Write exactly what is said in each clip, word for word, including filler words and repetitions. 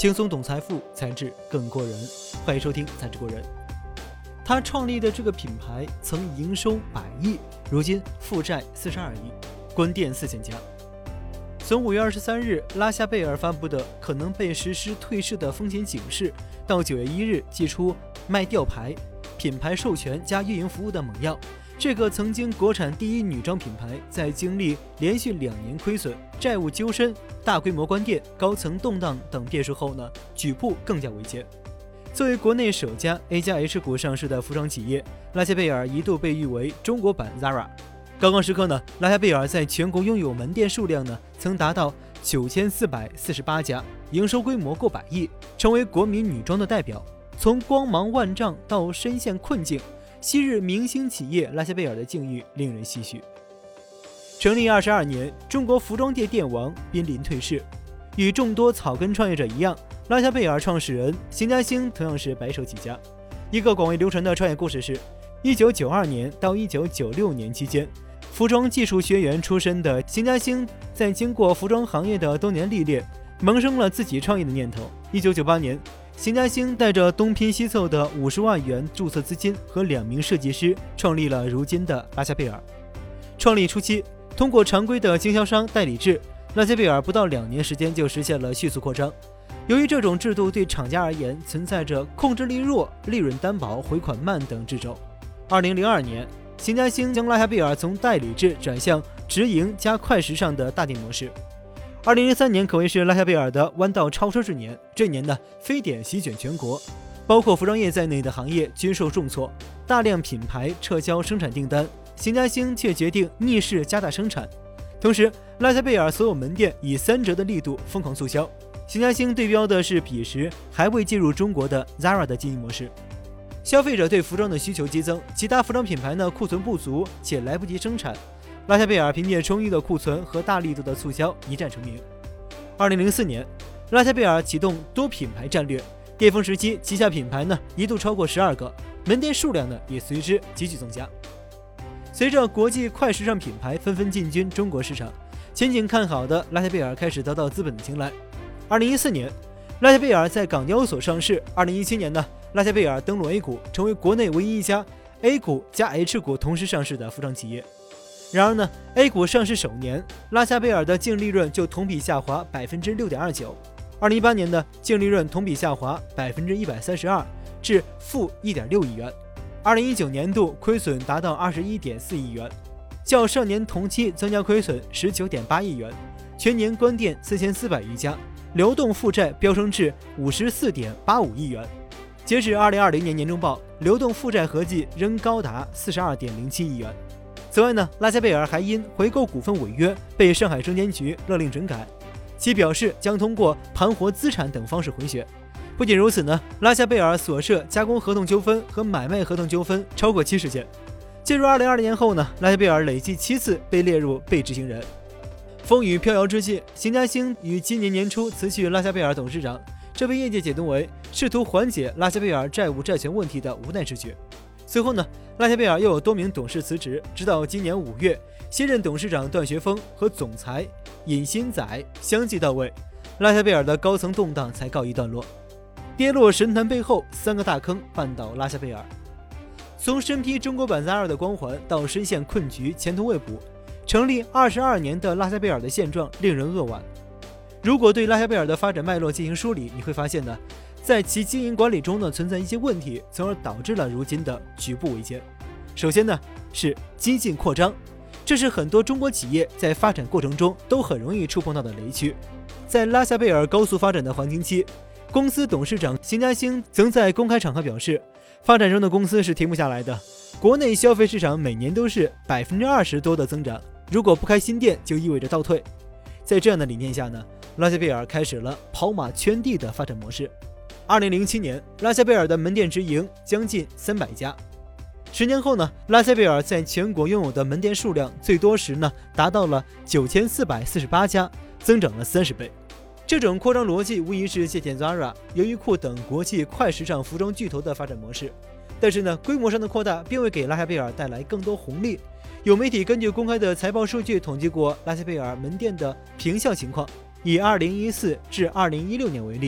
轻松懂财富，才智更过人。欢迎收听才智过人。他创立的这个品牌曾营收百亿，如今负债四十二亿，关店四千家。从五月二十三日拉夏贝尔发布的可能被实施退市的风险警示，到九月一日寄出卖吊牌、品牌授权加运营服务的猛药。这个曾经国产第一女装品牌，在经历连续两年亏损、债务纠纷、大规模关店、高层动荡等变数后呢，举步更加维艰。作为国内首家 A 加 H 股上市的服装企业，拉夏贝尔一度被誉为中国版 Zara。高光时刻呢，拉夏贝尔在全国拥有门店数量呢，曾达到九千四百四十八家，营收规模过百亿，成为国民女装的代表。从光芒万丈到深陷困境，昔日明星企业拉夏贝尔的境遇令人唏嘘。成立二十二年，中国服装界电王濒临退市。与众多草根创业者一样，拉夏贝尔创始人邢家兴同样是白手起家。一个广为流传的创业故事是，一九九二年到一九九六年期间，服装技术学员出身的邢家兴在经过服装行业的多年历练，萌生了自己创业的念头。一九九八年，邢家兴带着东拼西凑的五十万元注册资金和两名设计师，创立了如今的拉夏贝尔。创立初期，通过常规的经销商代理制，拉夏贝尔不到两年时间就实现了迅速扩张。由于这种制度对厂家而言存在着控制力弱、利润单薄、回款慢等掣肘。二零零二年，邢家兴将拉夏贝尔从代理制转向直营加快时尚的大店模式。二零零三年可谓是拉夏贝尔的弯道超车之年，这年呢，非典席卷全国，包括服装业在内的行业均受重挫，大量品牌撤销生产订单，邢家兴却决定逆势加大生产。同时，拉夏贝尔所有门店以三折的力度疯狂促销。邢家兴对标的是彼时还未进入中国的 Zara 的经营模式。消费者对服装的需求激增，其他服装品牌呢库存不足且来不及生产，拉夏贝尔凭借充裕的库存和大力度的促销一战成名。二零零四年，拉夏贝尔启动多品牌战略，巅峰时期旗下品牌呢一度超过十二个，门店数量呢也随之急剧增加。随着国际快时尚品牌纷纷进军中国市场，前景看好的拉夏贝尔开始得到资本的青睐。二零一四年，拉夏贝尔在港交所上市。二零一七年呢，拉夏贝尔登陆 A 股，成为国内唯一一家 A 股加 H 股同时上市的服装企业。然而呢 ，A 股上市首年，拉夏贝尔的净利润就同比下滑 百分之六点二九。二零一八年的净利润同比下滑 百分之一百三十二，至负 一点六亿元。二零一九年度亏损达到 二十一点四亿元，较上年同期增加亏损 十九点八亿元，全年关店四千四百余家，流动负债飙升至 五十四点八五亿元。截止二零二零年年中报，流动负债合计仍高达 四十二点零七亿元。此外呢，拉夏贝尔还因回购股份违约被上海证监局勒令整改，其表示将通过盘活资产等方式回血。不仅如此呢，拉夏贝尔所涉加工合同纠纷和买卖合同纠纷超过七十件。进入二零二零年后呢，拉夏贝尔累计七次被列入被执行人。风雨飘摇之际，邢家兴于今年年初辞去拉夏贝尔董事长，这被业界解读为试图缓解拉夏贝尔债务债权问题的无奈之举。随后呢，拉夏贝尔又有多名董事辞职，直到今年五月，新任董事长段学峰和总裁尹新载相继到位，拉夏贝尔的高层动荡才告一段落。跌落神坛背后，三个大坑绊倒拉夏贝尔。从身披中国版 Zara 的光环到深陷困局、前途未卜，成立二十二年的拉夏贝尔的现状令人扼腕。如果对拉夏贝尔的发展脉络进行梳理，你会发现呢，在其经营管理中呢存在一些问题，从而导致了如今的举步维艰。首先呢是激进扩张，这是很多中国企业在发展过程中都很容易触碰到的雷区。在拉夏贝尔高速发展的黄金期，公司董事长邢家兴曾在公开场合表示，发展中的公司是停不下来的，国内消费市场每年都是 百分之二十 多的增长，如果不开新店就意味着倒退。在这样的理念下呢，拉夏贝尔开始了跑马圈地的发展模式。二零零七年，拉夏贝尔的门店直营将近三百家。十年后呢，拉夏贝尔在全国拥有的门店数量最多时呢达到了九千四百四十八家，增长了三十倍。这种扩张逻辑无疑是借鉴 Zara、优衣库等国际快时尚服装巨头的发展模式，但是呢，规模上的扩大并未给拉夏贝尔带来更多红利。有媒体根据公开的财报数据统计过拉夏贝尔门店的平效情况，以二零一四至二零一六年为例，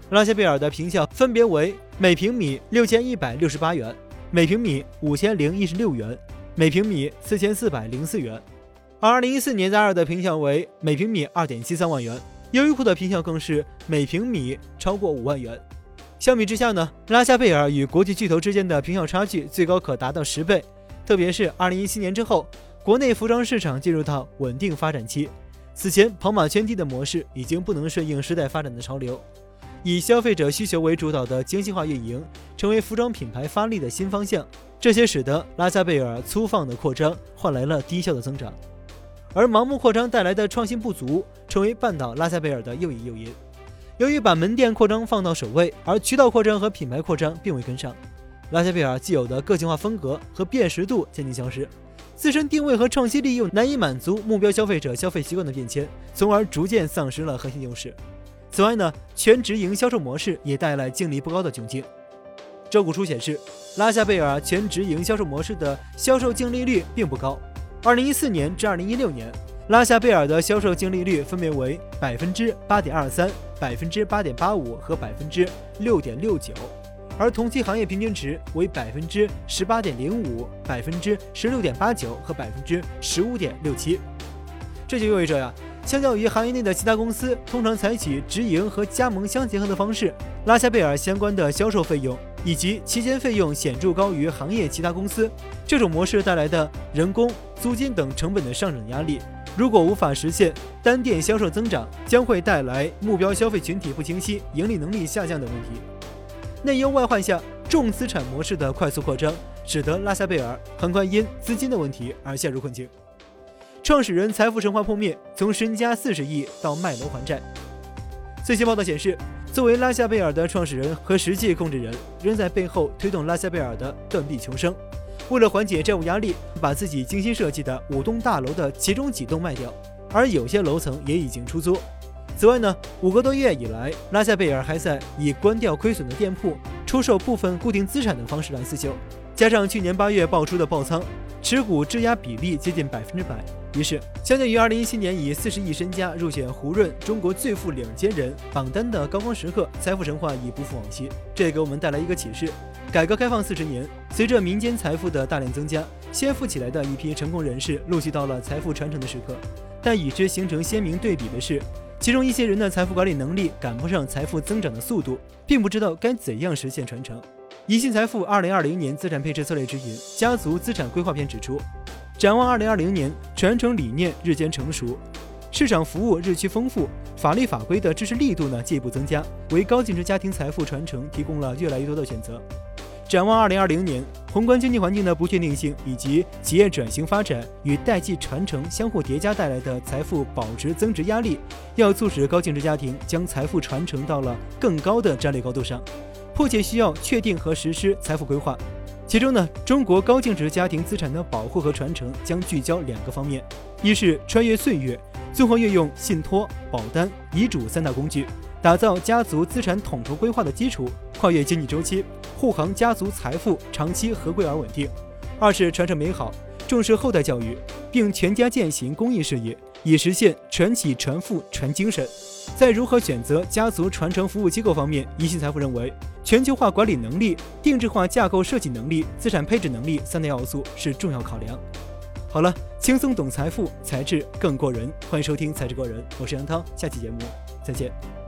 拉夏贝尔的评效分别为每平米六千一百六十八元、每平米五千零一十六元、每平米四千四百零四元。而二零一四年在二的评效为每平米二点七三万元，优衣库的评效更是每平米超过五万元。相比之下呢，拉夏贝尔与国际巨头之间的评效差距最高可达到十倍，特别是二零一七年之后，国内服装市场进入到稳定发展期。此前跑马圈地的模式已经不能顺应时代发展的潮流，以消费者需求为主导的精细化运营成为服装品牌发力的新方向，这些使得拉夏贝尔粗放的扩张换来了低效的增长，而盲目扩张带来的创新不足成为绊倒拉夏贝尔的又一诱因。由于把门店扩张放到首位，而渠道扩张和品牌扩张并未跟上，拉夏贝尔既有的个性化风格和辨识度渐渐消失，自身定位和创新力又难以满足目标消费者消费习惯的变迁，从而逐渐丧失了核心优势。此外呢，全直营销售模式也带来净利不高的窘境。招股书显示，拉夏贝尔全直营销售模式的销售净利率并不高。二零一四年至二零一六年，拉夏贝尔的销售净利率分别为百分之八点二三、百分之八点八五和百分之六点六九，而同期行业平均值为百分之十八点零五、百分之十六点八九和百分之十五点六七。这就意味着呀，相较于行业内的其他公司通常采取直营和加盟相结合的方式，拉夏贝尔相关的销售费用以及期间费用显著高于行业其他公司。这种模式带来的人工、租金等成本的上涨压力，如果无法实现单店销售增长，将会带来目标消费群体不清晰、盈利能力下降等问题。内忧外患下，重资产模式的快速扩张，使得拉夏贝尔很快因资金的问题而陷入困境。创始人财富神话破灭，从身家四十亿到卖楼还债。最新报道显示，作为拉夏贝尔的创始人和实际控制人，仍在背后推动拉夏贝尔的断臂求生。为了缓解债务压力，把自己精心设计的五栋大楼的其中几栋卖掉，而有些楼层也已经出租。此外呢，五个多月以来，拉夏贝尔还在以关掉亏损的店铺、出售部分固定资产等方式来刺绣，加上去年八月爆出的爆仓，持股质押比例接近百分之百。于是，相较于二零一七年以四十亿身家入选胡润中国最富两千人榜单的高光时刻，财富神话已不复往昔。这也给我们带来一个启示：改革开放四十年，随着民间财富的大量增加，先富起来的一批成功人士陆续到了财富传承的时刻。但与之形成鲜明对比的是，其中一些人的财富管理能力赶不上财富增长的速度，并不知道该怎样实现传承。宜信财富二零二零年资产配置策略指引家族资产规划篇指出，展望二零二零年，传承理念日渐成熟，市场服务日趋丰富，法律法规的支持力度呢进一步增加，为高净值家庭财富传承提供了越来越多的选择。展望二零二零年，宏观经济环境的不确定性以及企业转型发展与代际传承相互叠加带来的财富保值增值压力，要促使高净值家庭将财富传承到了更高的战略高度上，迫切需要确定和实施财富规划。其中呢，中国高净值家庭资产的保护和传承将聚焦两个方面：一是穿越岁月，综合运用信托、保单、遗嘱三大工具，打造家族资产统筹规划的基础，跨越经济周期，护航家族财富长期合规而稳定；二是传承美好，重视后代教育，并全家践行公益事业，以实现传启传富传精神。在如何选择家族传承服务机构方面，宜信财富认为，全球化管理能力、定制化架构设计能力、资产配置能力三大要素是重要考量。好了，轻松懂财富，才智更过人。欢迎收听才智过人，我是杨涛，下期节目再见。